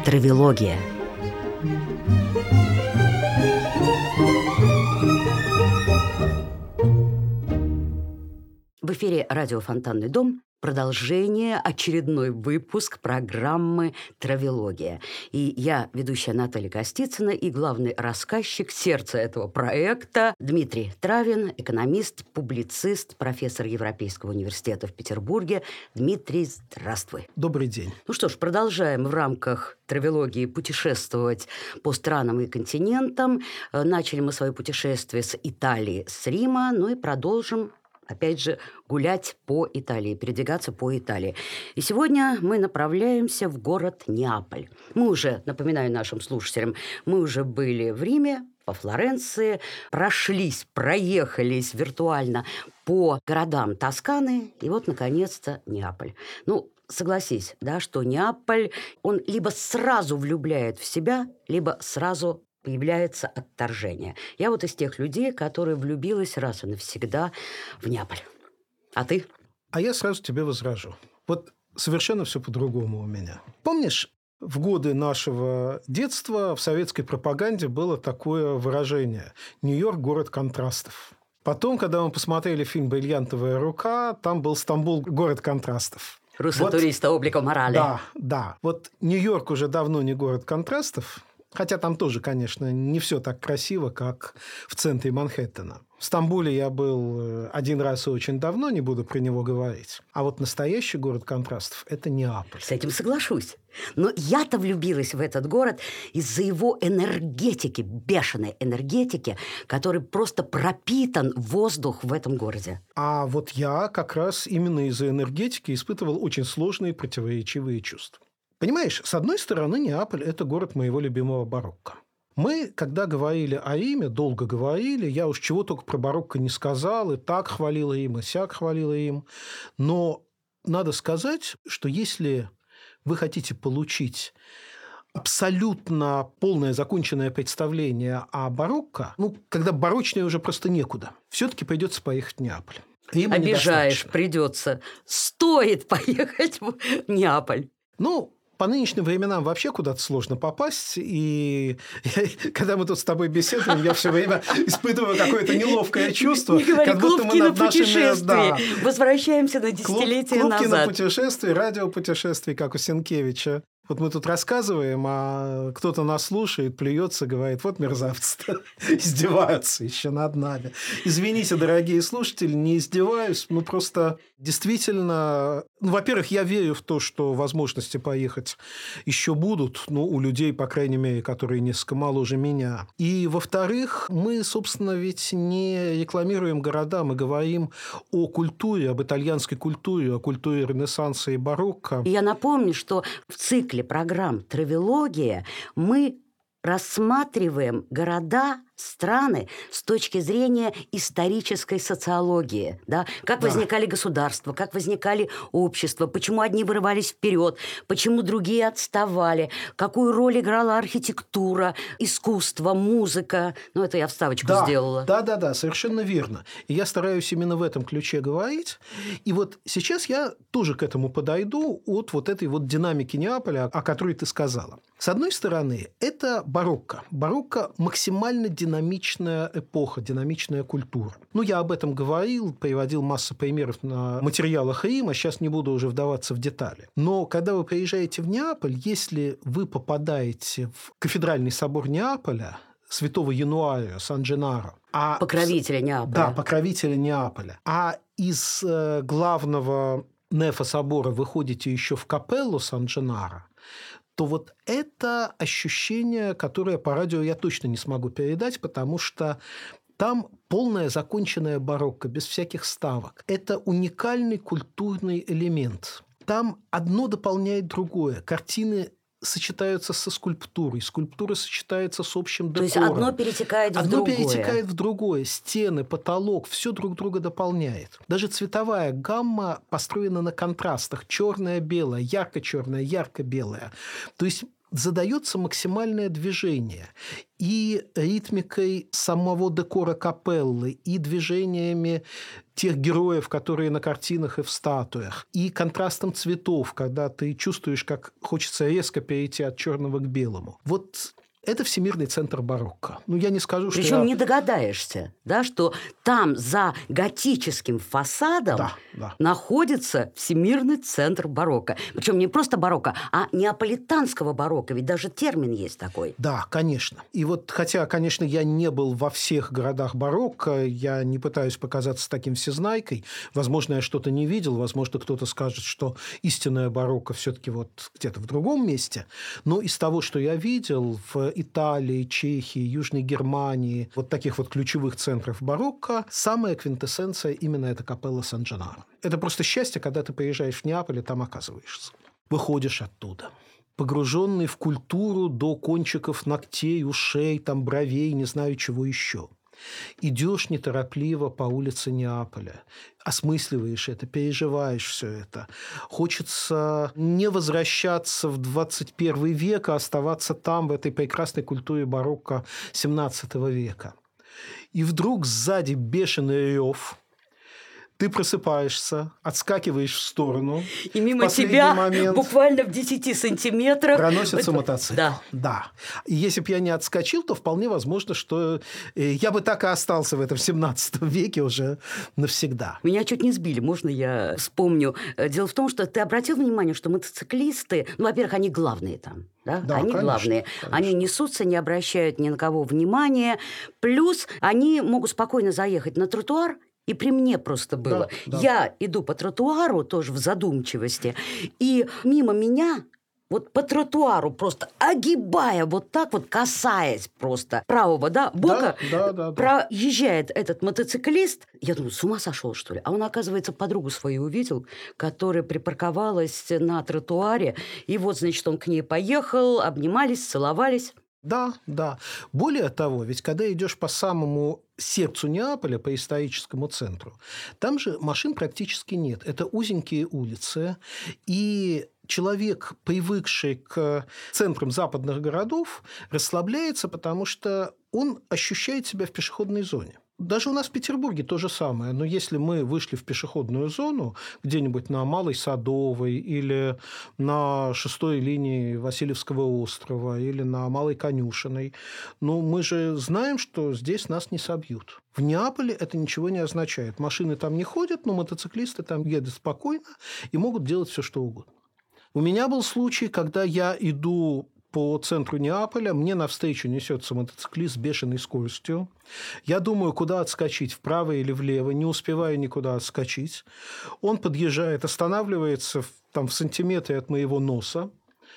Травология. В эфире радио «Фонтанный дом». Продолжение, очередной выпуск программы «Травология». И я, ведущая Наталья Костицына, и главный рассказчик, сердца этого проекта Дмитрий Травин, экономист, публицист, профессор Европейского университета в Петербурге. Дмитрий, здравствуй. Добрый день. Ну что ж, продолжаем в рамках «Травологии» путешествовать по странам и континентам. Начали мы свое путешествие с Италии, с Рима, ну и продолжим опять же, гулять по Италии, передвигаться по Италии. И сегодня мы направляемся в город Неаполь. Мы уже, напоминаю нашим слушателям, мы уже были в Риме, во Флоренции, проехались виртуально по городам Тосканы, и вот, наконец-то, Неаполь. Ну, согласись, да, что Неаполь, он либо сразу влюбляет в себя, либо сразу появляется отторжение. Я вот из тех людей, которые влюбилась раз и навсегда в Неаполь. А ты? А я сразу тебе возражу. Вот совершенно все по-другому у меня. Помнишь, в годы нашего детства в советской пропаганде было такое выражение «Нью-Йорк – город контрастов». Потом, когда мы посмотрели фильм «Бриллиантовая рука», там был Стамбул – город контрастов. Руссо-туриста облико морали. Да. Вот Нью-Йорк уже давно не город контрастов. Хотя там тоже, конечно, не все так красиво, как в центре Манхэттена. В Стамбуле я был один раз и очень давно, не буду про него говорить. А вот настоящий город контрастов – это Неаполь. С этим соглашусь. Но я-то влюбилась в этот город из-за его энергетики, бешеной энергетики, который просто пропитан воздух в этом городе. А вот я как раз именно из-за энергетики испытывал очень сложные противоречивые чувства. Понимаешь, с одной стороны, Неаполь – это город моего любимого барокко. Мы, когда говорили о Риме, долго говорили, я уж чего только про барокко не сказал, и так хвалила им, и сяк хвалила им. Но надо сказать, что если вы хотите получить абсолютно полное законченное представление о барокко, когда барочнее уже просто некуда, все-таки придется поехать в Неаполь. Рима обижаешь, придется. Стоит поехать в Неаполь. По нынешним временам вообще куда-то сложно попасть. И когда мы тут с тобой беседуем, я все время испытываю какое-то неловкое чувство. Не говори, клуб кинопутешествий. Возвращаемся на десятилетия назад. Клуб кинопутешествий, радиопутешествий, как у Сенкевича. Вот мы тут рассказываем, а кто-то нас слушает, плюется, говорит, вот мерзавцы-то издеваются еще над нами. Извините, дорогие слушатели, не издеваюсь, просто действительно... во-первых, я верю в то, что возможности поехать еще будут, у людей, по крайней мере, которые несколько моложе меня. И, во-вторых, мы, собственно, ведь не рекламируем города, мы говорим о культуре, об итальянской культуре, о культуре Ренессанса и барокко. Я напомню, что в цикле программ «Травология» мы рассматриваем города, страны с точки зрения исторической социологии. Да? Как возникали государства, как возникали общества, почему одни вырывались вперед, почему другие отставали, какую роль играла архитектура, искусство, музыка. Это я вставочку сделала. Да, совершенно верно. И я стараюсь именно в этом ключе говорить. И вот сейчас я тоже к этому подойду от вот этой вот динамики Неаполя, о которой ты сказала. С одной стороны, это барокко. Барокко максимально динамичная эпоха, динамичная культура. Я об этом говорил, приводил массу примеров на материалах Рима, сейчас не буду уже вдаваться в детали. Но когда вы приезжаете в Неаполь, если вы попадаете в кафедральный собор Неаполя, святого Януария, Сан-Дженаро. Покровителя Неаполя. Да, покровителя Неаполя. А из главного нефа собора вы ходите еще в капеллу Сан-Дженаро, то вот это ощущение, которое по радио я точно не смогу передать, потому что там полное законченное барокко, без всяких ставок. Это уникальный культурный элемент. Там одно дополняет другое. Картины сочетаются со скульптурой, скульптура сочетается с общим декором. То есть одно перетекает в другое. Одно перетекает в другое. Стены, потолок, все друг друга дополняет. Даже цветовая гамма построена на контрастах. Черное-белое, ярко-черное, ярко-белое. То есть задается максимальное движение и ритмикой самого декора капеллы, и движениями тех героев, которые на картинах и в статуях, и контрастом цветов, когда ты чувствуешь, как хочется резко перейти от черного к белому. Вот это всемирный центр барокко. Ну, я не скажу, что Причем не догадаешься, да, что там за готическим фасадом находится всемирный центр барокко. Причем не просто барокко, а неаполитанского барокко. Ведь даже термин есть такой. Да, конечно. И вот, хотя, конечно, я не был во всех городах барокко, я не пытаюсь показаться таким всезнайкой. Возможно, я что-то не видел, возможно, кто-то скажет, что истинное барокко все-таки вот где-то в другом месте. Но из того, что я видел в Италии, Чехии, Южной Германии, вот таких вот ключевых центров барокко, самая квинтэссенция именно это капелла Сан-Дженаро. Это просто счастье, когда ты приезжаешь в Неаполь и там оказываешься. Выходишь оттуда, погруженный в культуру до кончиков ногтей, ушей, там, бровей, не знаю чего еще. Идешь неторопливо по улице Неаполя, осмысливаешь это, переживаешь все это. Хочется не возвращаться в 21 век, а оставаться там, в этой прекрасной культуре барокко 17 века. И вдруг сзади бешеный рев. Ты просыпаешься, отскакиваешь в сторону. И мимо тебя буквально в 10 сантиметрах проносится мотоцикл. Да. И если бы я не отскочил, то вполне возможно, что я бы так и остался в этом 17 веке уже навсегда. Меня чуть не сбили, можно я вспомню? Дело в том, что ты обратил внимание, что мотоциклисты, ну, во-первых, они главные там. Да, они конечно, главные. Конечно. Они несутся, не обращают ни на кого внимания. Плюс они могут спокойно заехать на тротуар. И при мне просто было. Да. Я иду по тротуару, тоже в задумчивости, и мимо меня, вот по тротуару просто огибая, вот так вот касаясь просто правого бока, проезжает этот мотоциклист. Я думаю, с ума сошел, что ли? А он, оказывается, подругу свою увидел, которая припарковалась на тротуаре. И вот, значит, он к ней поехал, обнимались, целовались. Да. Более того, ведь когда идешь по самому сердцу Неаполя, по историческому центру, там же машин практически нет. Это узенькие улицы, и человек, привыкший к центрам западных городов, расслабляется, потому что он ощущает себя в пешеходной зоне. Даже у нас в Петербурге то же самое. Но если мы вышли в пешеходную зону где-нибудь на Малой Садовой или на 6-й линии Васильевского острова или на Малой Конюшиной, ну, мы же знаем, что здесь нас не собьют. В Неаполе это ничего не означает. Машины там не ходят, но мотоциклисты там едут спокойно и могут делать все, что угодно. У меня был случай, когда я иду по центру Неаполя, мне навстречу несется мотоциклист с бешеной скоростью. Я думаю, куда отскочить, вправо или влево, не успеваю никуда отскочить. Он подъезжает, останавливается в сантиметре от моего носа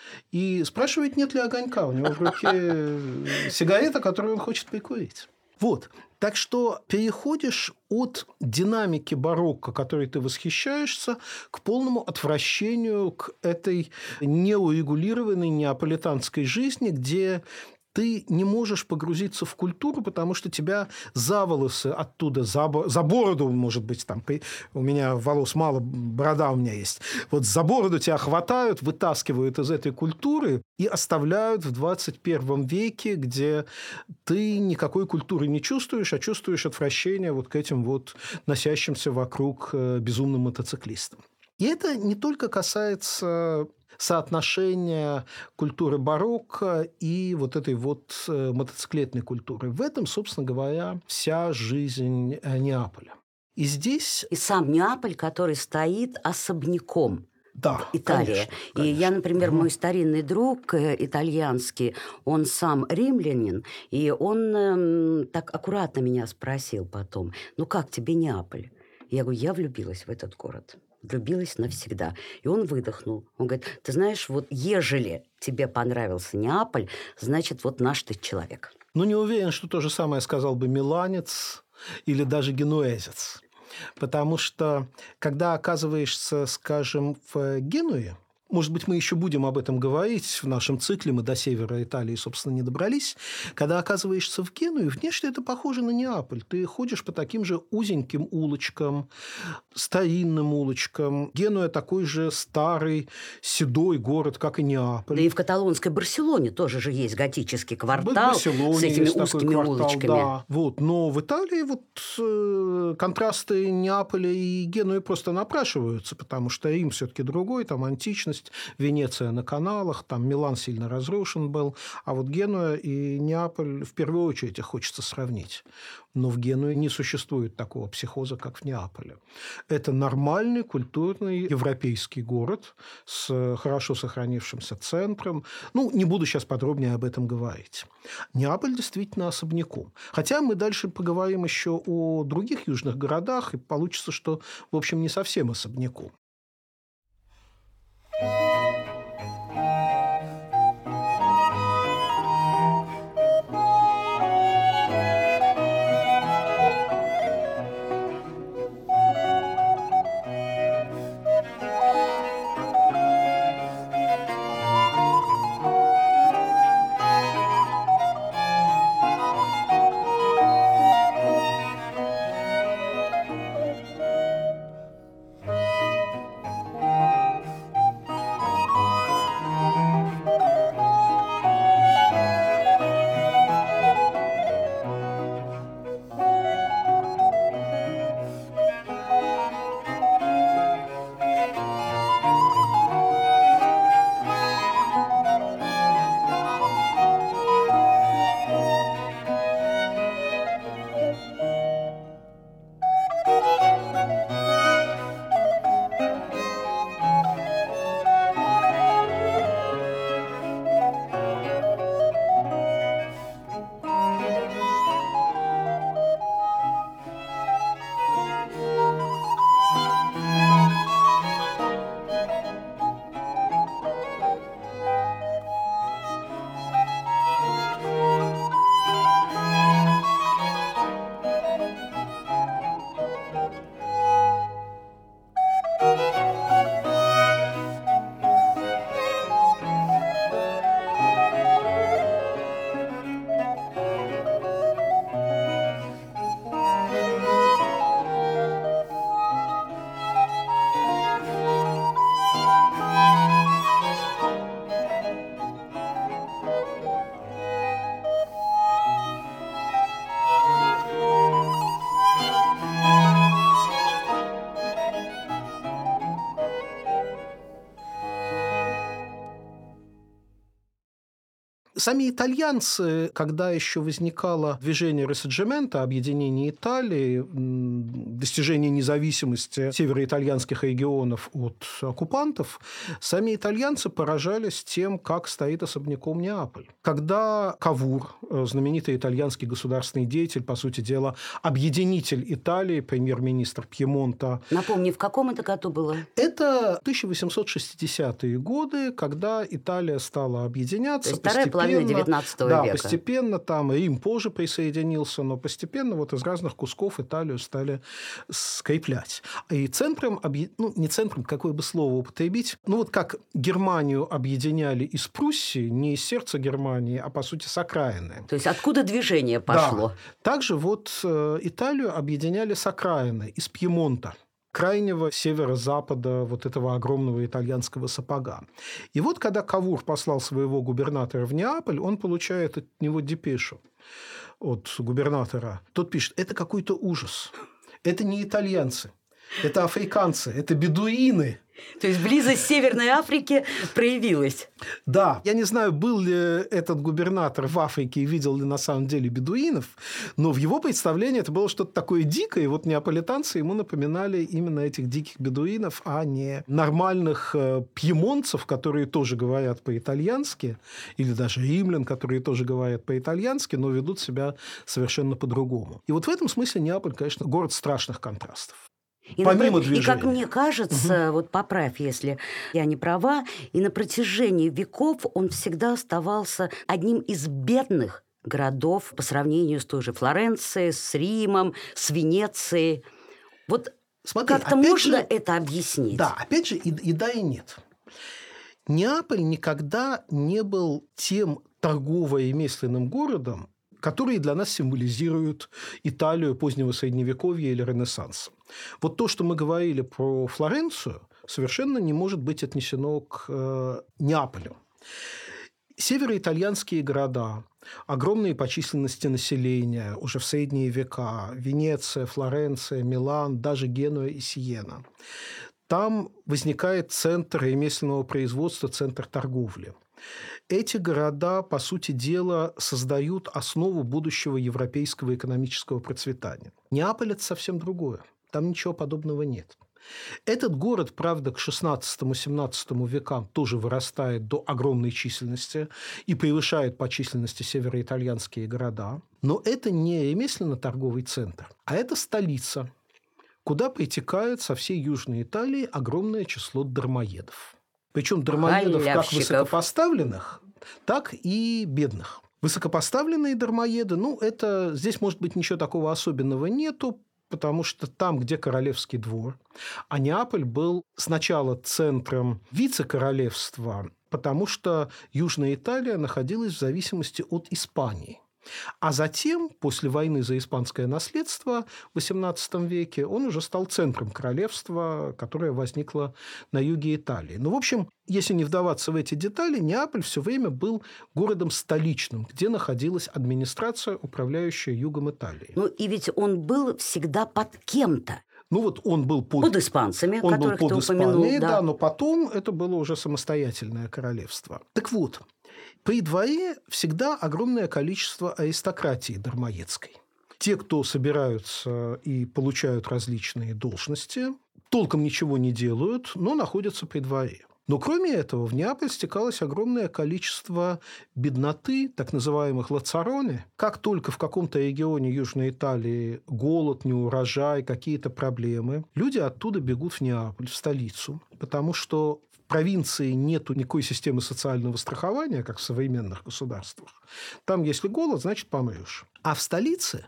и спрашивает, нет ли огонька. У него в руке сигарета, которую он хочет прикурить. Вот. Так что переходишь от динамики барокко, которой ты восхищаешься, к полному отвращению к этой неурегулированной неаполитанской жизни, где ты не можешь погрузиться в культуру, потому что тебя за волосы оттуда, за бороду, может быть, там, у меня волос мало, борода у меня есть, вот за бороду тебя хватают, вытаскивают из этой культуры и оставляют в 21 веке, где ты никакой культуры не чувствуешь, а чувствуешь отвращение вот к этим вот носящимся вокруг безумным мотоциклистам. И это не только касается соотношения культуры барокко и вот этой вот мотоциклетной культуры. В этом, собственно говоря, вся жизнь Неаполя. И здесь... И сам Неаполь, который стоит особняком. Да, Италия. Конечно. И я, например, мой старинный друг итальянский, он сам римлянин, и он так аккуратно меня спросил потом, ну как тебе Неаполь? Я говорю, я влюбилась в этот город. Влюбилась навсегда. И он выдохнул. Он говорит, ты знаешь, вот ежели тебе понравился Неаполь, значит, вот наш ты человек. Ну, не уверен, что то же самое сказал бы миланец или даже генуэзец. Потому что, когда оказываешься, скажем, в Генуе, может быть, мы еще будем об этом говорить в нашем цикле, мы до севера Италии, собственно, не добрались. Когда оказываешься в Генуе, внешне это похоже на Неаполь. Ты ходишь по таким же узеньким улочкам, старинным улочкам. Генуя такой же старый, седой город, как и Неаполь. Да и в каталонской Барселоне тоже же есть готический квартал с Барселоне этими есть узкими такой квартал, улочками. да. Вот. Но в Италии контрасты Неаполя и Генуи просто напрашиваются, потому что Рим все-таки другой, там античность, Венеция на каналах, там Милан сильно разрушен был, а вот Генуя и Неаполь в первую очередь их хочется сравнить. Но в Генуе не существует такого психоза, как в Неаполе. Это нормальный, культурный, европейский город с хорошо сохранившимся центром. Не буду сейчас подробнее об этом говорить. Неаполь действительно особняком. Хотя мы дальше поговорим еще о других южных городах, и получится, что, в общем, не совсем особняком. Сами итальянцы, когда еще возникало движение Рисорджимента, объединение Италии, достижение независимости североитальянских регионов от оккупантов, сами итальянцы поражались тем, как стоит особняком Неаполь. Когда Кавур, знаменитый итальянский государственный деятель, по сути дела, объединитель Италии, премьер-министр Пьемонта. Напомни, в каком это году было? Это 1860-е годы, когда Италия стала объединяться. То есть вторая половина XIX века. Да, постепенно там Рим позже присоединился, но постепенно из разных кусков Италию стали скреплять. И центром, не центром, какое бы слово употребить, как Германию объединяли из Пруссии, не из сердца Германии, а, по сути, с окраины. То есть откуда движение пошло? Да. Также Италию объединяли с окраины, из Пьемонта, крайнего северо-запада этого огромного итальянского сапога. И когда Кавур послал своего губернатора в Неаполь, он получает от него депешу от губернатора. Тот пишет: это какой-то ужас. Это не итальянцы, это африканцы, это бедуины. То есть близость Северной Африки проявилась. Да. Я не знаю, был ли этот губернатор в Африке и видел ли на самом деле бедуинов, но в его представлении это было что-то такое дикое. И неаполитанцы ему напоминали именно этих диких бедуинов, а не нормальных пьемонцев, которые тоже говорят по-итальянски, или даже римлян, которые тоже говорят по-итальянски, но ведут себя совершенно по-другому. И в этом смысле Неаполь, конечно, город страшных контрастов. Помимо движения. И, как мне кажется, поправь, если я не права, и на протяжении веков он всегда оставался одним из бедных городов по сравнению с той же Флоренцией, с Римом, с Венецией. Смотри, как-то можно это объяснить? Да, опять же, и да, и нет. Неаполь никогда не был тем торгово-ремесленным городом, которые для нас символизируют Италию позднего Средневековья или Ренессанса. Вот то, что мы говорили про Флоренцию, совершенно не может быть отнесено к Неаполю. Североитальянские города, огромные по численности населения уже в средние века, Венеция, Флоренция, Милан, даже Генуя и Сиена. Там возникает центр ремесленного производства, центр торговли. Эти города, по сути дела, создают основу будущего европейского экономического процветания. Неаполь – это совсем другое. Там ничего подобного нет. Этот город, правда, к XVI-XVII векам тоже вырастает до огромной численности и превышает по численности североитальянские города. Но это не ремесленно-торговый центр, а это столица, куда притекает со всей Южной Италии огромное число дармоедов. Причем дармоедов как высокопоставленных, так и бедных. Высокопоставленные дармоеды, это здесь, может быть, ничего такого особенного нету, потому что там, где королевский двор, а Неаполь был сначала центром вице-королевства, потому что Южная Италия находилась в зависимости от Испании. А затем, после войны за испанское наследство в XVIII веке, он уже стал центром королевства, которое возникло на юге Италии. В общем, если не вдаваться в эти детали, Неаполь все время был городом столичным, где находилась администрация, управляющая югом Италии. И ведь он был всегда под кем-то. Он был под испанцами, он которых был под ты упомянул. Испанией, да, но потом это было уже самостоятельное королевство. Так вот, при дворе всегда огромное количество аристократии дармоедской. Те, кто собираются и получают различные должности, толком ничего не делают, но находятся при дворе. Но кроме этого в Неаполь стекалось огромное количество бедноты, так называемых лацароне. Как только в каком-то регионе Южной Италии голод, неурожай, какие-то проблемы, люди оттуда бегут в Неаполь, в столицу, потому что в провинции нет никакой системы социального страхования, как в современных государствах. Там, если голод, значит, помрешь. А в столице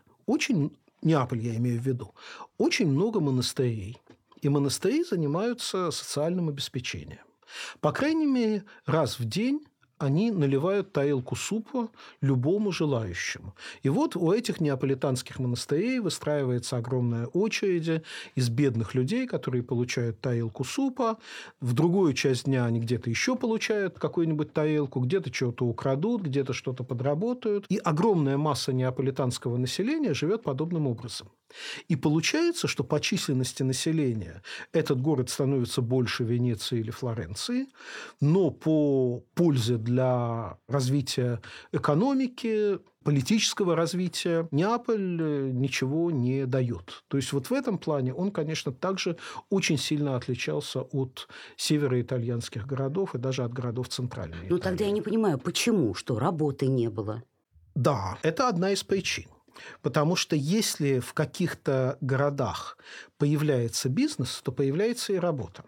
Неаполь я имею в виду, очень много монастырей. И монастыри занимаются социальным обеспечением. По крайней мере, раз в день они наливают тарелку супа любому желающему. И вот у этих неаполитанских монастырей выстраивается огромная очередь из бедных людей, которые получают тарелку супа. В другую часть дня они где-то еще получают какую-нибудь тарелку, где-то что-то украдут, где-то что-то подработают. И огромная масса неаполитанского населения живет подобным образом. И получается, что по численности населения этот город становится больше Венеции или Флоренции, но по пользе для развития экономики, политического развития Неаполь ничего не дает. То есть вот в этом плане он, конечно, также очень сильно отличался от североитальянских городов и даже от городов Центральной Италии. Тогда я не понимаю, почему? Что работы не было? Да, это одна из причин. Потому что если в каких-то городах появляется бизнес, то появляется и работа.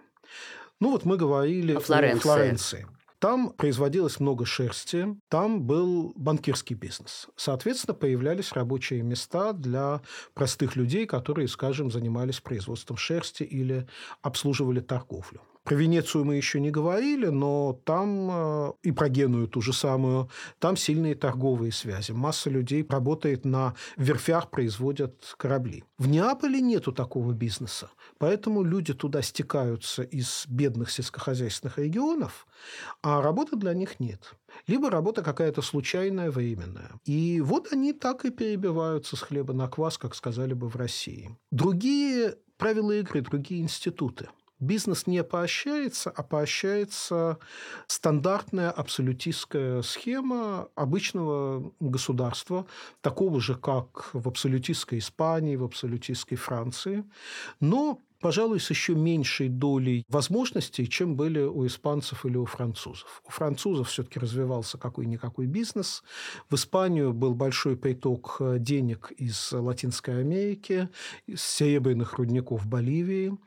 Мы говорили о Флоренции. Там производилось много шерсти, там был банкирский бизнес. Соответственно, появлялись рабочие места для простых людей, которые, скажем, занимались производством шерсти или обслуживали торговлю. Про Венецию мы еще не говорили, но там и про Геную ту же самую, там сильные торговые связи. Масса людей работает на верфях, производят корабли. В Неаполе нету такого бизнеса, поэтому люди туда стекаются из бедных сельскохозяйственных регионов, а работы для них нет. Либо работа какая-то случайная, временная. И вот они так и перебиваются с хлеба на квас, как сказали бы в России. Другие правила игры, другие институты. Бизнес не поощряется, а поощряется стандартная абсолютистская схема обычного государства, такого же, как в абсолютистской Испании, в абсолютистской Франции, но, пожалуй, с еще меньшей долей возможностей, чем были у испанцев или у французов. У французов все-таки развивался какой-никакой бизнес. В Испанию был большой приток денег из Латинской Америки, из серебряных рудников Боливии.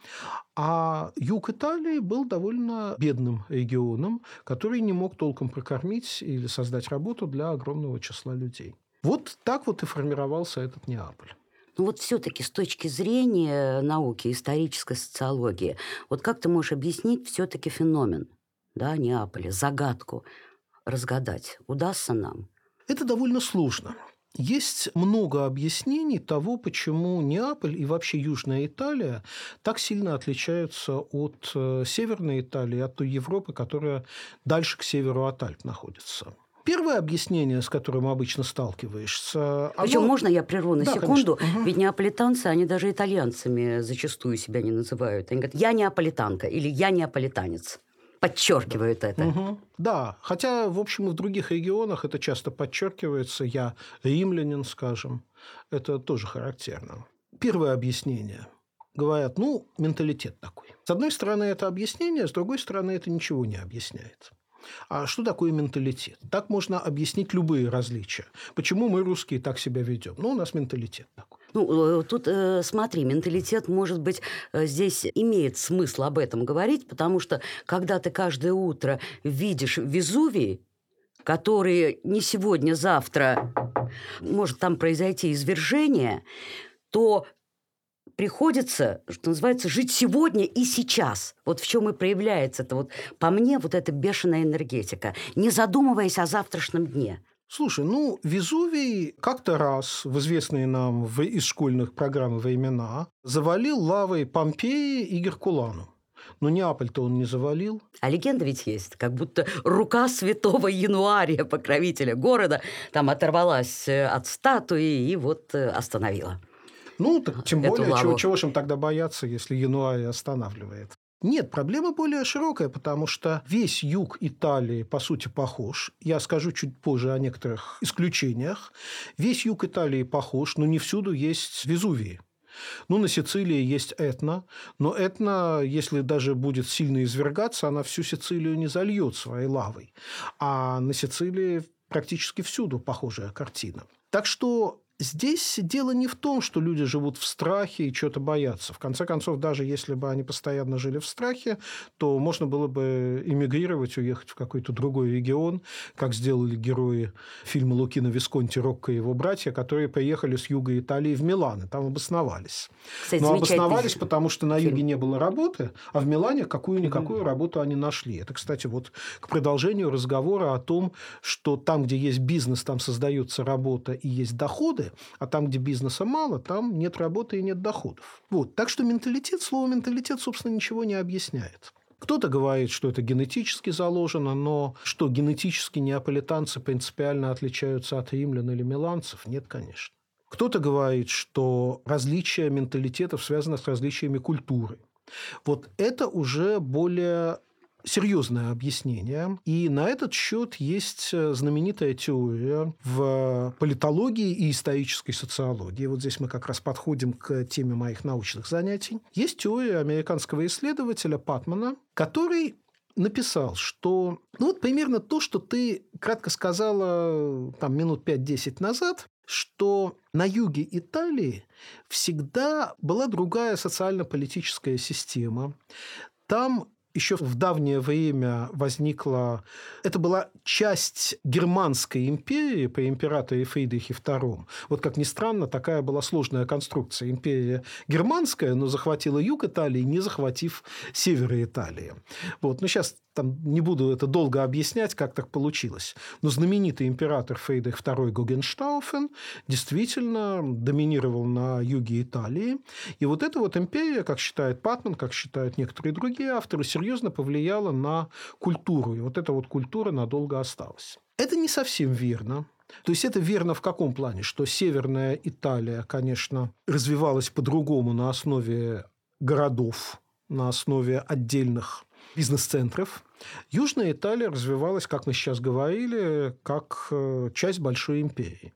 А юг Италии был довольно бедным регионом, который не мог толком прокормить или создать работу для огромного числа людей. Вот так вот и формировался этот Неаполь. Все-таки с точки зрения науки, исторической социологии, как ты можешь объяснить все-таки феномен да, Неаполя, загадку разгадать удастся нам? Это довольно сложно. Есть много объяснений того, почему Неаполь и вообще Южная Италия так сильно отличаются от Северной Италии, от той Европы, которая дальше к северу от Альп находится. Первое объяснение, с которым обычно сталкиваешься... Причем можно я прерву на секунду? Конечно. Ведь неаполитанцы, они даже итальянцами зачастую себя не называют. Они говорят: я неаполитанка или я неаполитанец. Подчеркивают это. Да, хотя, в общем, и в других регионах это часто подчеркивается. Я римлянин, скажем. Это тоже характерно. Первое объяснение. Говорят, менталитет такой. С одной стороны, это объяснение, с другой стороны, это ничего не объясняет. А что такое менталитет? Так можно объяснить любые различия. Почему мы, русские, так себя ведем? У нас менталитет такой. Тут смотри, менталитет, может быть, здесь имеет смысл об этом говорить, потому что когда ты каждое утро видишь Везувий, который не сегодня-завтра может там произойти извержение, то приходится, что называется, жить сегодня и сейчас. Вот в чем и проявляется это вот, по мне, вот эта бешеная энергетика, не задумываясь о завтрашнем дне. Слушай, Везувий как-то раз в известные нам из школьных программ времена завалил лавой Помпеи и Геркулану. Но Неаполь-то он не завалил. А легенда ведь есть, как будто рука святого Януария, покровителя города, там оторвалась от статуи и вот остановила. Так тем более, чего же им тогда бояться, если Януарий останавливает? Нет, проблема более широкая, потому что весь юг Италии, по сути, похож. Я скажу чуть позже о некоторых исключениях. Весь юг Италии похож, но не всюду есть Везувий. На Сицилии есть Этна, но Этна, если даже будет сильно извергаться, она всю Сицилию не зальет своей лавой. А на Сицилии практически всюду похожая картина. Так что здесь дело не в том, что люди живут в страхе и чего-то боятся. В конце концов, даже если бы они постоянно жили в страхе, то можно было бы эмигрировать, уехать в какой-то другой регион, как сделали герои фильма Лукино Висконти «Рокко и его братья», которые приехали с юга Италии в Милан, и там обосновались. Кстати, но обосновались, потому что на юге не было работы, а в Милане какую-никакую работу они нашли. Это, кстати, вот к продолжению разговора о том, что там, где есть бизнес, там создается работа и есть доходы, а там, где бизнеса мало, там нет работы и нет доходов. Так что слово менталитет, собственно, ничего не объясняет. Кто-то говорит, что это генетически заложено, но что, генетически неаполитанцы принципиально отличаются от римлян или миланцев? Нет, конечно. Кто-то говорит, что различия менталитетов связаны с различиями культуры. Это уже более серьезное объяснение. И на этот счет есть знаменитая теория в политологии и исторической социологии. Здесь мы как раз подходим к теме моих научных занятий. Есть теория американского исследователя Патмана, который написал, что примерно то, что ты кратко сказала минут 5-10 назад, что на юге Италии всегда была другая социально-политическая система. Там еще в давнее время возникла... Это была часть Германской империи при императоре Фридрихе II. Как ни странно, такая была сложная конструкция. Империя германская, но захватила юг Италии, не захватив север Италии. Но сейчас не буду это долго объяснять, как так получилось. Но знаменитый император Фридрих II Гогенштауфен действительно доминировал на юге Италии. И эта империя, как считает Патман, как считают некоторые другие авторы, серьезно повлияла на культуру. И эта культура надолго осталась. Это не совсем верно. То есть это верно в каком плане? Что Северная Италия, конечно, развивалась по-другому на основе городов, на основе отдельных бизнес-центров. Южная Италия развивалась, как мы сейчас говорили, как часть большой империи.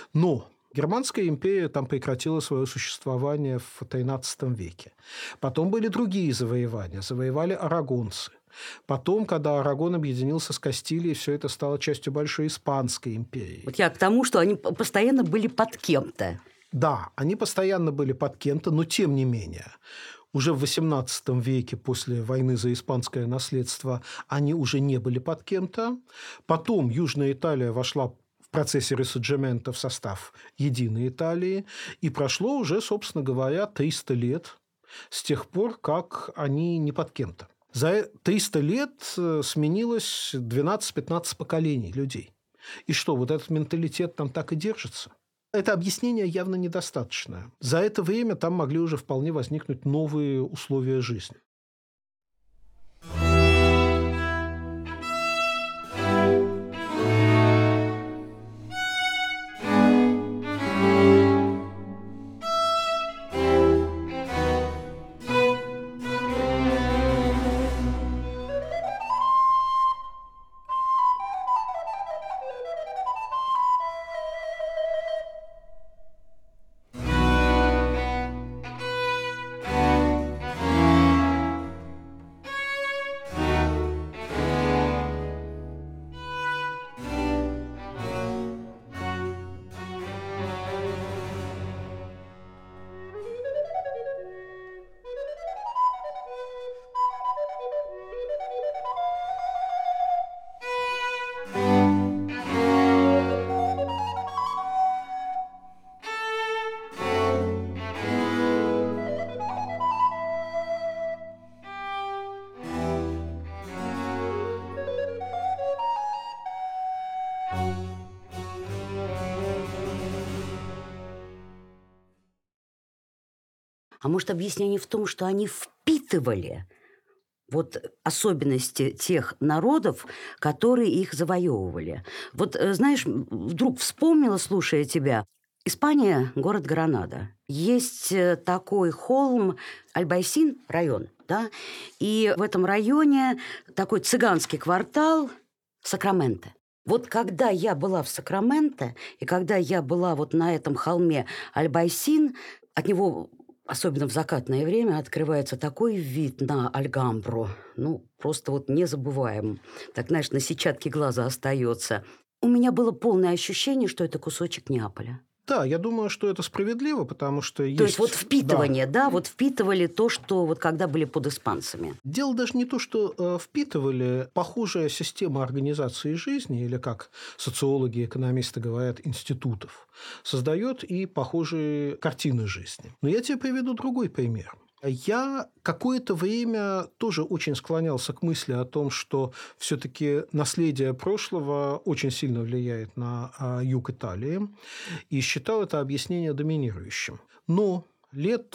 Но Германская империя там прекратила свое существование в XIII веке. Потом были другие завоевания. Завоевали арагонцы. Потом, когда Арагон объединился с Кастилией, все это стало частью большой Испанской империи. Я к тому, что они постоянно были под кем-то. Да, они постоянно были под кем-то, но тем не менее. Уже в XVIII веке, после войны за испанское наследство, они уже не были под кем-то. Потом Южная Италия вошла в процессе ресорджимента в состав единой Италии. И прошло уже, собственно говоря, 300 лет с тех пор, как они не под кем-то. За 300 лет сменилось 12-15 поколений людей. И что, вот этот менталитет там так и держится? Это объяснение явно недостаточное. За это время там могли уже вполне возникнуть новые условия жизни. А может, объяснение в том, что они впитывали вот особенности тех народов, которые их завоевывали. Вот, знаешь, вдруг вспомнила, слушая тебя, Испания, город Гранада. Есть такой холм Альбайсин, район, да, и в этом районе такой цыганский квартал Сакраменто. Вот когда я была в Сакраменто, и когда я была вот на этом холме Альбайсин, от него, особенно в закатное время, открывается такой вид на Альгамбру. Ну, просто вот незабываем. Так, знаешь, на сетчатке глаза остается. У меня было полное ощущение, что это кусочек Неаполя. Да, я думаю, что это справедливо, потому что есть... То есть вот впитывание, да, вот впитывали то, что вот когда были под испанцами. Дело даже не то, что впитывали. Похожая система организации жизни, или, как социологи и экономисты говорят, институтов, создает и похожие картины жизни. Но я тебе приведу другой пример. Я какое-то время тоже очень склонялся к мысли о том, что все-таки наследие прошлого очень сильно влияет на юг Италии, и считал это объяснение доминирующим. Но лет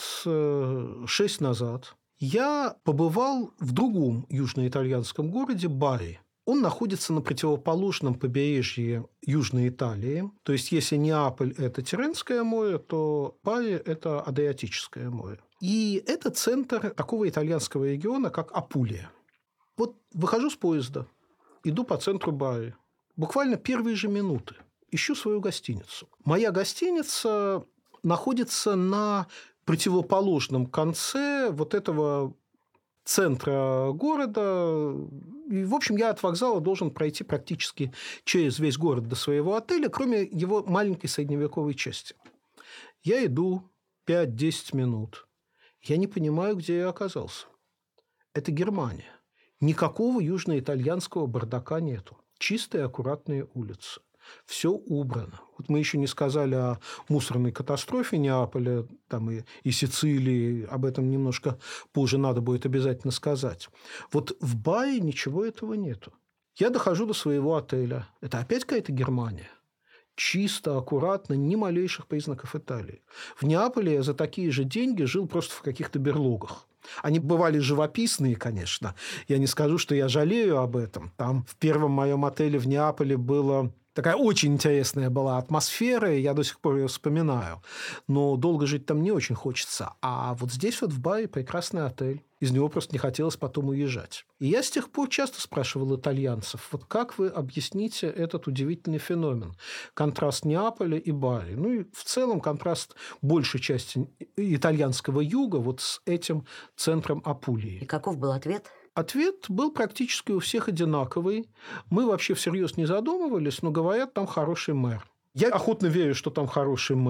6 назад я побывал в другом южноитальянском городе Бари. Он находится на противоположном побережье Южной Италии. То есть, если Неаполь – это Тирренское море, то Бари – это Адриатическое море. И это центр такого итальянского региона, как Апулия. Вот выхожу с поезда, иду по центру Бари. Буквально первые же минуты ищу свою гостиницу. Моя гостиница находится на противоположном конце вот этого центра города. И, в общем, я от вокзала должен пройти практически через весь город до своего отеля, кроме его маленькой средневековой части. Я иду 5-10 минут. Я не понимаю, где я оказался. Это Германия. Никакого южноитальянского бардака нету. Чистые, аккуратные улицы. Все убрано. Вот мы еще не сказали о мусорной катастрофе Неаполя там и Сицилии. Об этом немножко позже надо будет обязательно сказать. Вот в Бари ничего этого нету. Я дохожу до своего отеля. Это опять какая-то Германия. Чисто, аккуратно, ни малейших признаков Италии. В Неаполе я за такие же деньги жил просто в каких-то берлогах. Они бывали живописные, конечно. Я не скажу, что я жалею об этом. Там в первом моем отеле в Неаполе было... Такая очень интересная была атмосфера, и я до сих пор ее вспоминаю. Но долго жить там не очень хочется. А вот здесь вот в Бари прекрасный отель. Из него просто не хотелось потом уезжать. И я с тех пор часто спрашивал итальянцев, вот как вы объясните этот удивительный феномен? Контраст Неаполя и Бари. Ну и в целом контраст большей части итальянского юга вот с этим центром Апулии. И каков был ответ? Ответ был практически у всех одинаковый. Мы вообще всерьез не задумывались, но говорят, там хороший мэр. Я охотно верю, что там хороший мэр.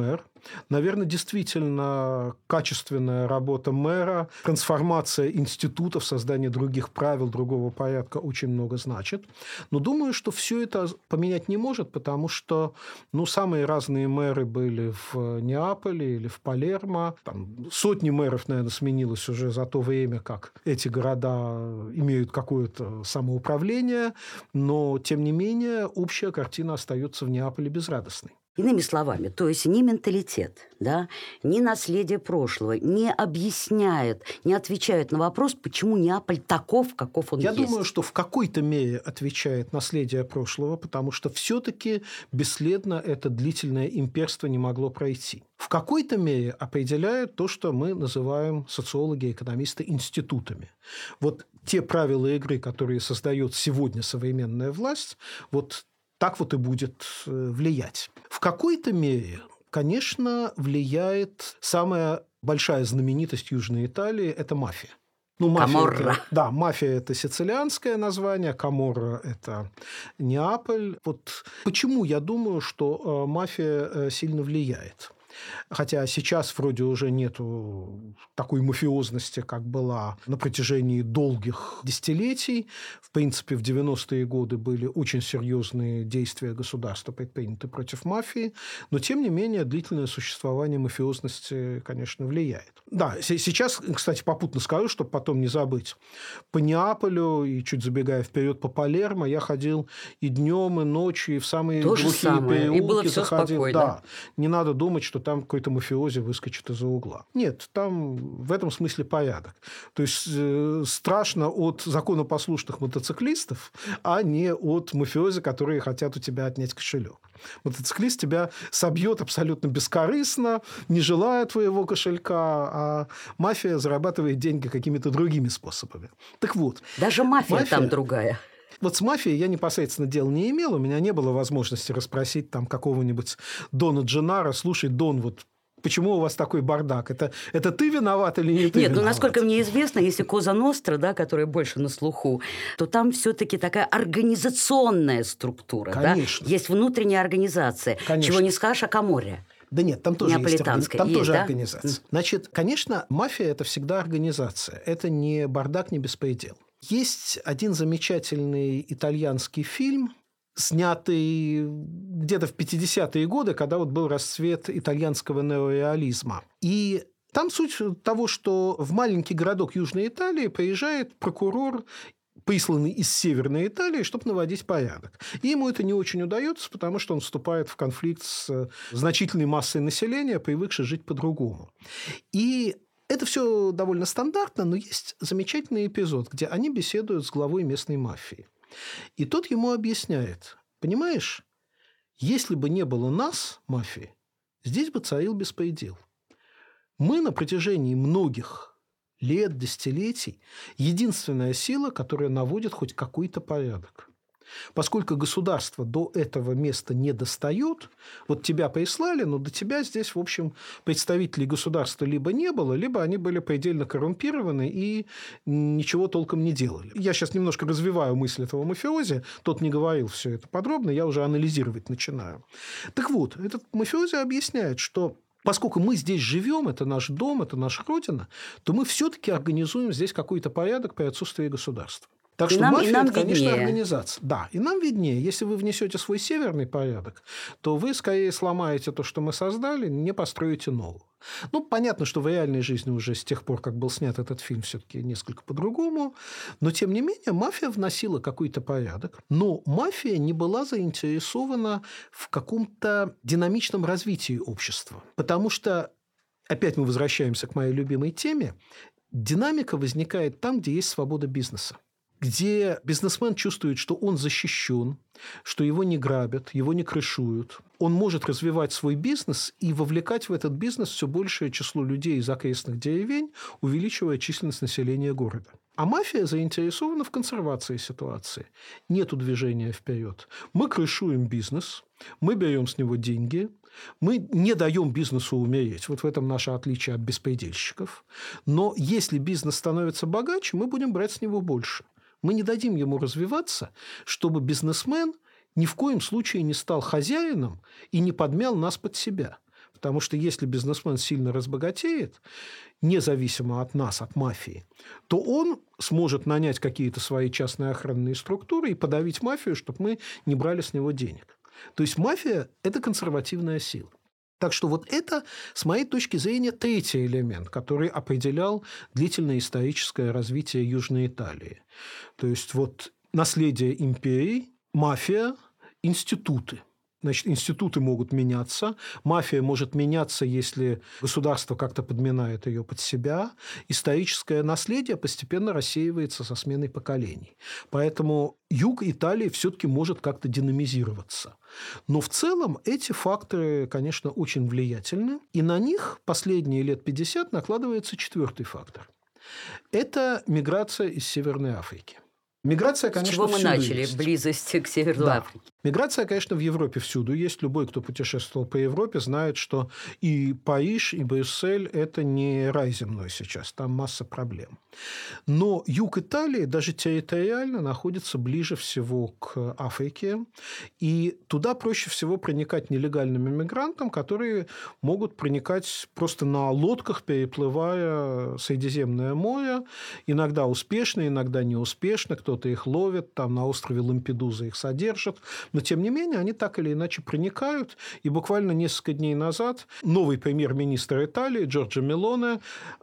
наверное, действительно качественная работа мэра, трансформация институтов, создание других правил, другого порядка очень много значит. Но думаю, что все это поменять не может, потому что самые разные мэры были в Неаполе или в Палермо. Там сотни мэров, наверное, сменилось уже за то время, как эти города имеют какое-то самоуправление, но, тем не менее, общая картина остается в Неаполе безрадостной. Иными словами, то есть ни менталитет, да, ни наследие прошлого не объясняют, не отвечают на вопрос, почему Неаполь таков, каков он есть. Я думаю, что в какой-то мере отвечает наследие прошлого, потому что все-таки бесследно это длительное имперство не могло пройти. В какой-то мере определяет то, что мы называем социологи и экономисты институтами. Вот те правила игры, которые создает сегодня современная власть, вот так вот и будет влиять. В какой-то мере, конечно, влияет самая большая знаменитость Южной Италии – это мафия. Каморра. Да, мафия – это сицилианское название, Каморра – это Неаполь. Вот почему я думаю, что мафия сильно влияет. Хотя сейчас вроде уже нету такой мафиозности, как была на протяжении долгих десятилетий. В принципе, в 90-е годы были очень серьезные действия государства предприняты против мафии, но, тем не менее, длительное существование мафиозности, конечно, влияет. Да, сейчас, кстати, попутно скажу, чтобы потом не забыть. По Неаполю и, чуть забегая вперед, по Палермо я ходил и днем, и ночью, и в самые глухие переулки. И было все спокойно. Да, не надо думать, что там какой-то мафиози выскочит из-за угла. Нет, там в этом смысле порядок. То есть страшно от законопослушных мотоциклистов, а не от мафиози, которые хотят у тебя отнять кошелек. Мотоциклист тебя собьет абсолютно бескорыстно, не желая твоего кошелька, а мафия зарабатывает деньги какими-то другими способами. Так вот. Даже мафия там другая. Вот с мафией я непосредственно дела не имел, у меня не было возможности расспросить там какого-нибудь Дона Дженнаро: слушай, Дон, вот почему у вас такой бардак? Это ты виноват или не ты виноват? Нет, насколько мне известно, если Коза Ностра, да, которая больше на слуху, то там все-таки такая организационная структура. Конечно. Да? Есть внутренняя организация. Конечно. Чего не скажешь о Каморре. Да нет, там тоже есть да? организация. Значит, конечно, мафия – это всегда организация. Это не бардак, не беспредел. Есть один замечательный итальянский фильм, снятый где-то в 50-е годы, когда вот был расцвет итальянского неореализма. И там суть того, что в маленький городок Южной Италии приезжает прокурор, присланный из Северной Италии, чтобы наводить порядок. И ему это не очень удается, потому что он вступает в конфликт с значительной массой населения, привыкшей жить по-другому. И это все довольно стандартно, но есть замечательный эпизод, где они беседуют с главой местной мафии. И тот ему объясняет: понимаешь, если бы не было нас, мафии, здесь бы царил беспредел. Мы на протяжении многих лет, десятилетий единственная сила, которая наводит хоть какой-то порядок. Поскольку государство до этого места не достает, вот тебя прислали, но до тебя здесь, в общем, представителей государства либо не было, либо они были предельно коррумпированы и ничего толком не делали. Я сейчас немножко развиваю мысль этого мафиози, тот не говорил все это подробно, я уже анализировать начинаю. Так вот, этот мафиози объясняет, что поскольку мы здесь живем, это наш дом, это наша родина, то мы все-таки организуем здесь какой-то порядок при отсутствии государства. Так что мафия – это, конечно, организация. Да, и нам виднее. Если вы внесете свой северный порядок, то вы скорее сломаете то, что мы создали, не построите нового. Понятно, что в реальной жизни уже с тех пор, как был снят этот фильм, все-таки несколько по-другому. Но, тем не менее, мафия вносила какой-то порядок. Но мафия не была заинтересована в каком-то динамичном развитии общества. Потому что, опять мы возвращаемся к моей любимой теме, динамика возникает там, где есть свобода бизнеса, где бизнесмен чувствует, что он защищен, что его не грабят, его не крышуют. Он может развивать свой бизнес и вовлекать в этот бизнес все большее число людей из окрестных деревень, увеличивая численность населения города. А мафия заинтересована в консервации ситуации. Нету движения вперед. Мы крышуем бизнес, мы берем с него деньги, мы не даем бизнесу умереть. Вот в этом наше отличие от беспредельщиков. Но если бизнес становится богаче, мы будем брать с него больше. Мы не дадим ему развиваться, чтобы бизнесмен ни в коем случае не стал хозяином и не подмял нас под себя. Потому что если бизнесмен сильно разбогатеет, независимо от нас, от мафии, то он сможет нанять какие-то свои частные охранные структуры и подавить мафию, чтобы мы не брали с него денег. То есть мафия – это консервативная сила. Так что вот это, с моей точки зрения, третий элемент, который определял длительное историческое развитие Южной Италии. То есть вот наследие империи, мафия, институты. Значит, институты могут меняться, мафия может меняться, если государство как-то подминает ее под себя. Историческое наследие постепенно рассеивается со сменой поколений. Поэтому юг Италии все-таки может как-то динамизироваться. Но в целом эти факторы, конечно, очень влиятельны. И на них последние лет 50 накладывается четвертый фактор. Это миграция из Северной Африки. Миграция, конечно, с чего мы начали? Есть. Близость к Северной Африке. Миграция, конечно, в Европе всюду есть. Любой, кто путешествовал по Европе, знает, что и Париж, и Брюссель – это не рай земной сейчас. Там масса проблем. Но юг Италии даже территориально находится ближе всего к Африке. И туда проще всего проникать нелегальным иммигрантам, которые могут проникать просто на лодках, переплывая Средиземное море. Иногда успешно, иногда неуспешно. Кто-то их ловит, там на острове Лампедуза их содержат. Но, тем не менее, они так или иначе проникают. И буквально несколько дней назад новый премьер-министр Италии Джорджа Мелоне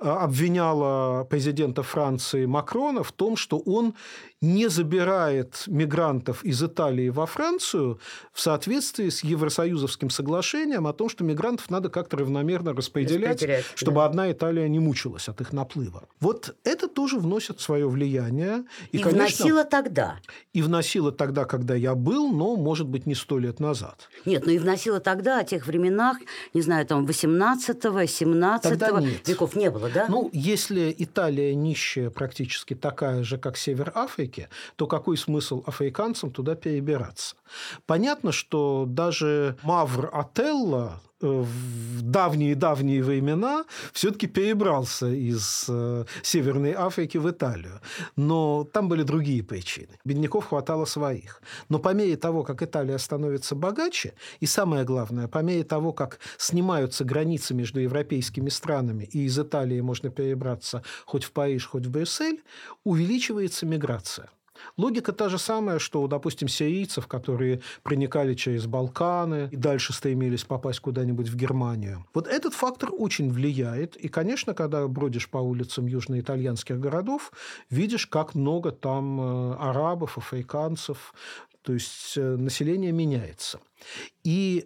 обвиняла президента Франции Макрона в том, что он не забирает мигрантов из Италии во Францию в соответствии с Евросоюзовским соглашением о том, что мигрантов надо как-то равномерно распределять, чтобы одна Италия не мучилась от их наплыва. Вот это тоже вносит свое влияние. И конечно, вносило тогда. И вносило тогда, когда я был, но, может быть, не 100 лет назад. Нет, и вносило тогда, о тех временах, не знаю, там 18-го, 17-го веков не было, да? Если Италия нищая практически такая же, как Север Африки, то какой смысл африканцам туда перебираться? Понятно, что даже Мавр Ателло в давние-давние времена все-таки перебрался из Северной Африки в Италию. Но там были другие причины. Бедняков хватало своих. Но по мере того, как Италия становится богаче, и самое главное, по мере того, как снимаются границы между европейскими странами, и из Италии можно перебраться хоть в Париж, хоть в Брюссель, увеличивается миграция. Логика та же самая, что, допустим, сирийцев, которые проникали через Балканы и дальше стремились попасть куда-нибудь в Германию. Вот этот фактор очень влияет. И, конечно, когда бродишь по улицам южноитальянских городов, видишь, как много там арабов, африканцев. То есть население меняется. И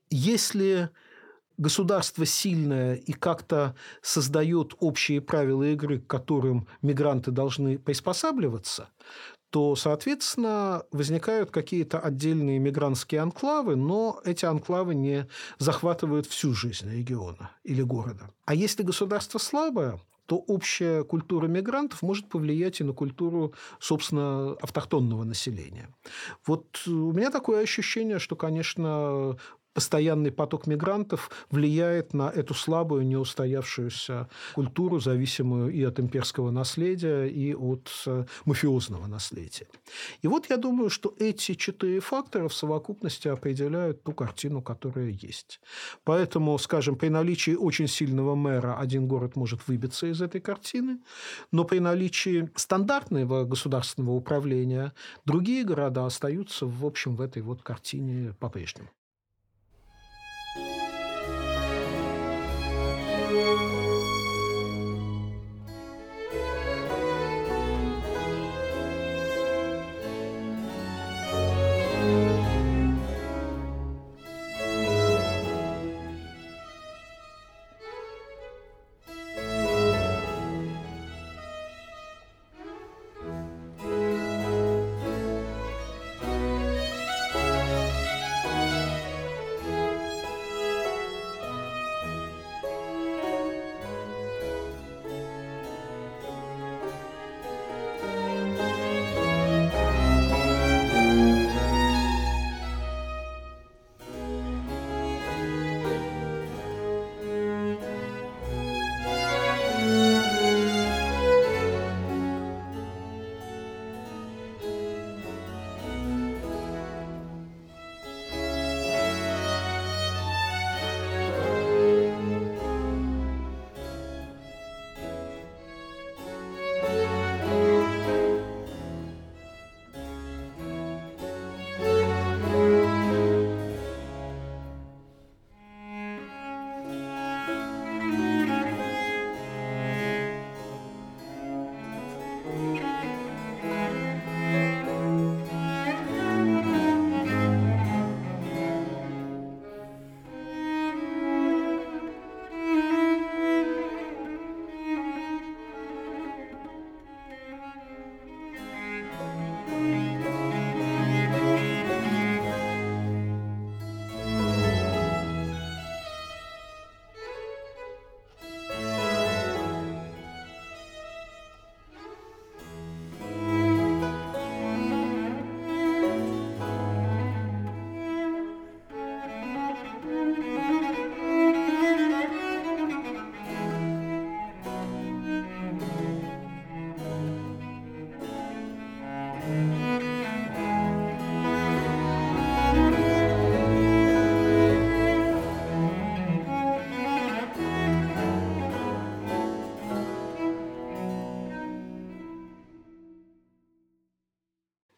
если государство сильное и как-то создает общие правила игры, к которым мигранты должны приспосабливаться, то, соответственно, возникают какие-то отдельные мигрантские анклавы, но эти анклавы не захватывают всю жизнь региона или города. А если государство слабое, то общая культура мигрантов может повлиять и на культуру, собственно, автохтонного населения. Вот у меня такое ощущение, что, конечно, постоянный поток мигрантов влияет на эту слабую, неустоявшуюся культуру, зависимую и от имперского наследия, и от мафиозного наследия. И вот я думаю, что эти 4 фактора в совокупности определяют ту картину, которая есть. Поэтому, скажем, при наличии очень сильного мэра один город может выбиться из этой картины, но при наличии стандартного государственного управления другие города остаются, в общем, в этой вот картине по-прежнему.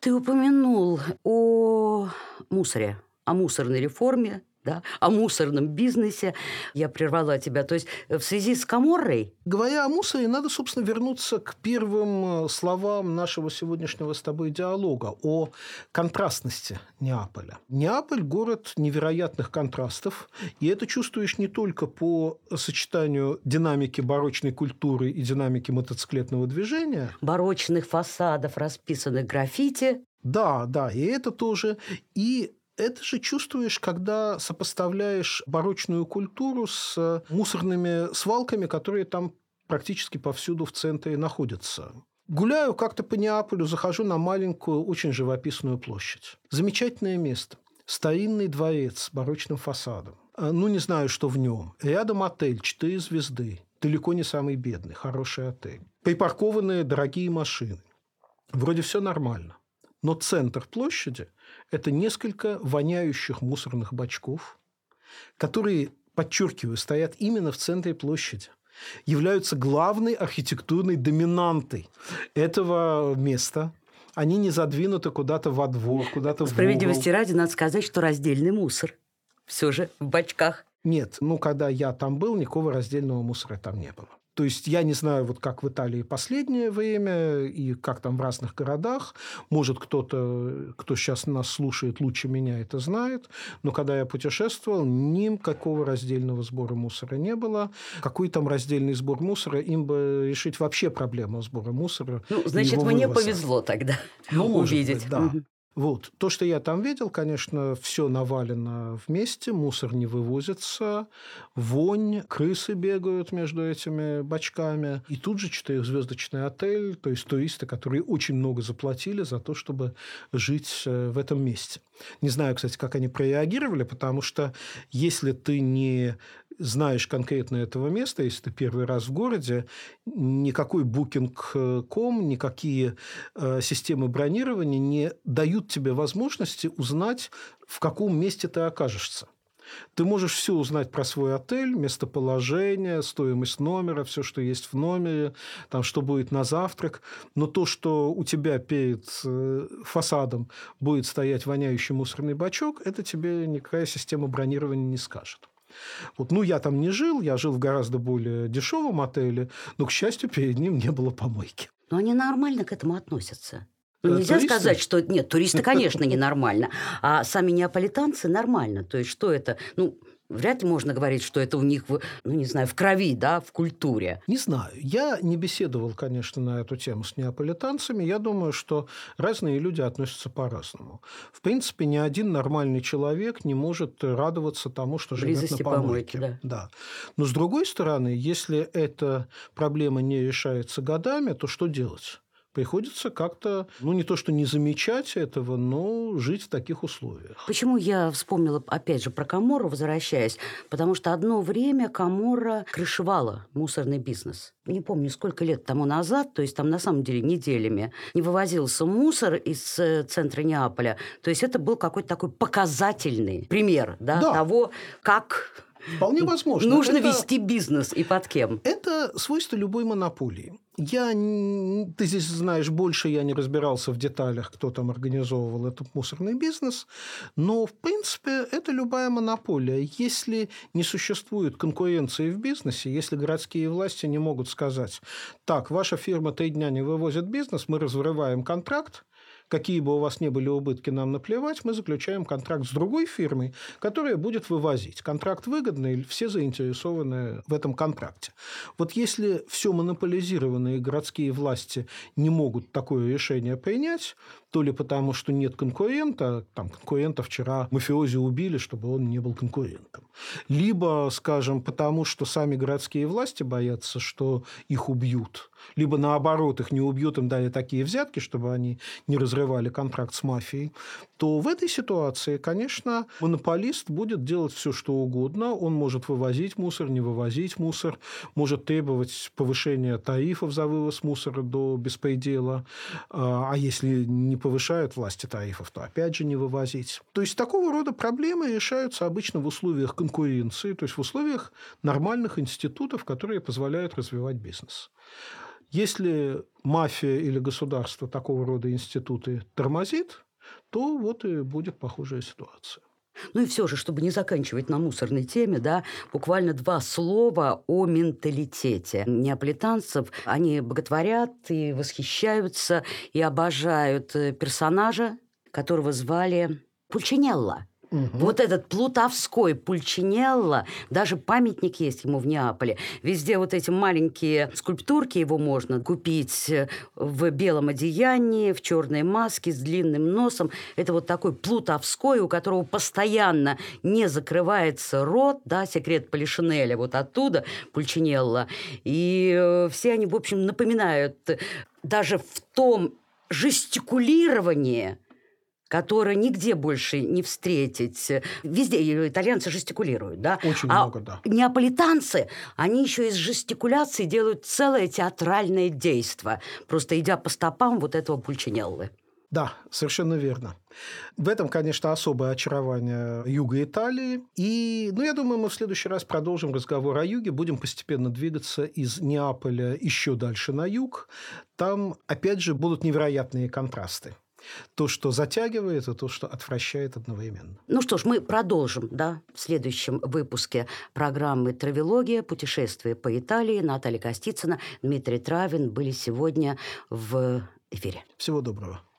Ты упомянул о мусоре, о мусорной реформе, да, о мусорном бизнесе. Я прервала тебя. То есть в связи с Каморрой... Говоря о мусоре, надо, собственно, вернуться к первым словам нашего сегодняшнего с тобой диалога о контрастности Неаполя. Неаполь – город невероятных контрастов, и это чувствуешь не только по сочетанию динамики барочной культуры и динамики мотоциклетного движения. Барочных фасадов, расписанных граффити. Да, и это тоже. И это же чувствуешь, когда сопоставляешь барочную культуру с мусорными свалками, которые там практически повсюду в центре находятся. Гуляю как-то по Неаполю, захожу на маленькую, очень живописную площадь. Замечательное место. Старинный дворец с барочным фасадом. Не знаю, что в нем. Рядом отель, 4 звезды. Далеко не самый бедный, хороший отель. Припаркованные дорогие машины. Вроде все нормально. Но центр площади – это несколько воняющих мусорных бачков, которые, подчеркиваю, стоят именно в центре площади, являются главной архитектурной доминантой этого места. Они не задвинуты куда-то во двор, куда-то в угол. Справедливости ради, надо сказать, что раздельный мусор все же в бачках. Нет, когда я там был, никакого раздельного мусора там не было. То есть я не знаю, вот как в Италии последнее время и как там в разных городах. Может, кто-то, кто сейчас нас слушает, лучше меня это знает. Но когда я путешествовал, никакого раздельного сбора мусора не было. Какой там раздельный сбор мусора? Им бы решить вообще проблему сбора мусора. Значит, мне повезло тогда увидеть. Быть, да. Вот. То, что я там видел, конечно, все навалено вместе, мусор не вывозится, вонь, крысы бегают между этими бачками. И тут же 4-звездочный отель, то есть туристы, которые очень много заплатили за то, чтобы жить в этом месте. Не знаю, кстати, как они прореагировали, потому что если ты не знаешь конкретно этого места, если ты первый раз в городе, никакой Booking.com, никакие системы бронирования не дают тебе возможности узнать, в каком месте ты окажешься. Ты можешь все узнать про свой отель, местоположение, стоимость номера, все, что есть в номере, там, что будет на завтрак. Но то, что у тебя перед фасадом будет стоять воняющий мусорный бачок, это тебе никакая система бронирования не скажет. Я там не жил, я жил в гораздо более дешевом отеле, но, к счастью, перед ним не было помойки. Но они нормально к этому относятся. Нельзя сказать, что... Нет, туристы, конечно, ненормально, а сами неаполитанцы нормально. То есть что это... Вряд ли можно говорить, что это у них, в крови, да, в культуре. Не знаю. Я не беседовал, конечно, на эту тему с неаполитанцами. Я думаю, что разные люди относятся по-разному. В принципе, ни один нормальный человек не может радоваться тому, что живет на помойке. Да. Но, с другой стороны, если эта проблема не решается годами, то что делать? Приходится как-то, не то что не замечать этого, но жить в таких условиях. Почему я вспомнила, опять же, про Каморру, возвращаясь? Потому что одно время Каморра крышевала мусорный бизнес. Не помню, сколько лет тому назад, то есть там на самом деле неделями не вывозился мусор из центра Неаполя. То есть это был какой-то такой показательный пример того, как... Вполне возможно. Нужно вести бизнес и под кем. Это свойство любой монополии. Ты здесь знаешь больше, я не разбирался в деталях, кто там организовывал этот мусорный бизнес, но, в принципе, это любая монополия. Если не существует конкуренции в бизнесе, если городские власти не могут сказать: так, ваша фирма 3 дня не вывозит бизнес, мы разрываем контракт, какие бы у вас ни были убытки, нам наплевать, мы заключаем контракт с другой фирмой, которая будет вывозить. Контракт выгодный, все заинтересованы в этом контракте. Вот если все монополизированные городские власти не могут такое решение принять, то ли потому, что нет конкурента, конкурента вчера мафиози убили, чтобы он не был конкурентом, либо, скажем, потому, что сами городские власти боятся, что их убьют, либо, наоборот, их не убьют, им дали такие взятки, чтобы они не разрывали контракт с мафией, то в этой ситуации, конечно, монополист будет делать все, что угодно. Он может вывозить мусор, не вывозить мусор, может требовать повышения тарифов за вывоз мусора до беспредела. А если не повышают власти тарифов, то опять же не вывозить. То есть такого рода проблемы решаются обычно в условиях конкуренции, то есть в условиях нормальных институтов, которые позволяют развивать бизнес. Если мафия или государство такого рода институты тормозит, то вот и будет похожая ситуация. Ну и все же, чтобы не заканчивать на мусорной теме, да, буквально 2 слова о менталитете неаполитанцев. Они боготворят и восхищаются, и обожают персонажа, которого звали Пульчинелло. Мгм. Вот этот плутовской Пульчинелло, даже памятник есть ему в Неаполе. Везде вот эти маленькие скульптурки его можно купить в белом одеянии, в черной маске, с длинным носом. Это вот такой плутовской, у которого постоянно не закрывается рот, да, секрет Полишинеля, вот оттуда Пульчинелло. И все они, в общем, напоминают даже в том жестикулировании, которое нигде больше не встретить. Везде итальянцы жестикулируют, да? Очень А много, да. неаполитанцы, они еще из жестикуляции делают целое театральное действо, просто идя по стопам вот этого Пульчинеллы. Да, совершенно верно. В этом, конечно, особое очарование юга Италии. И, я думаю, мы в следующий раз продолжим разговор о юге, будем постепенно двигаться из Неаполя еще дальше на юг. Там, опять же, будут невероятные контрасты. То, что затягивает, и то, что отвращает одновременно. Ну что ж, мы продолжим, да, в следующем выпуске программы «Травелогия. Путешествие по Италии». Наталья Костицына, Дмитрий Травин были сегодня в эфире. Всего доброго.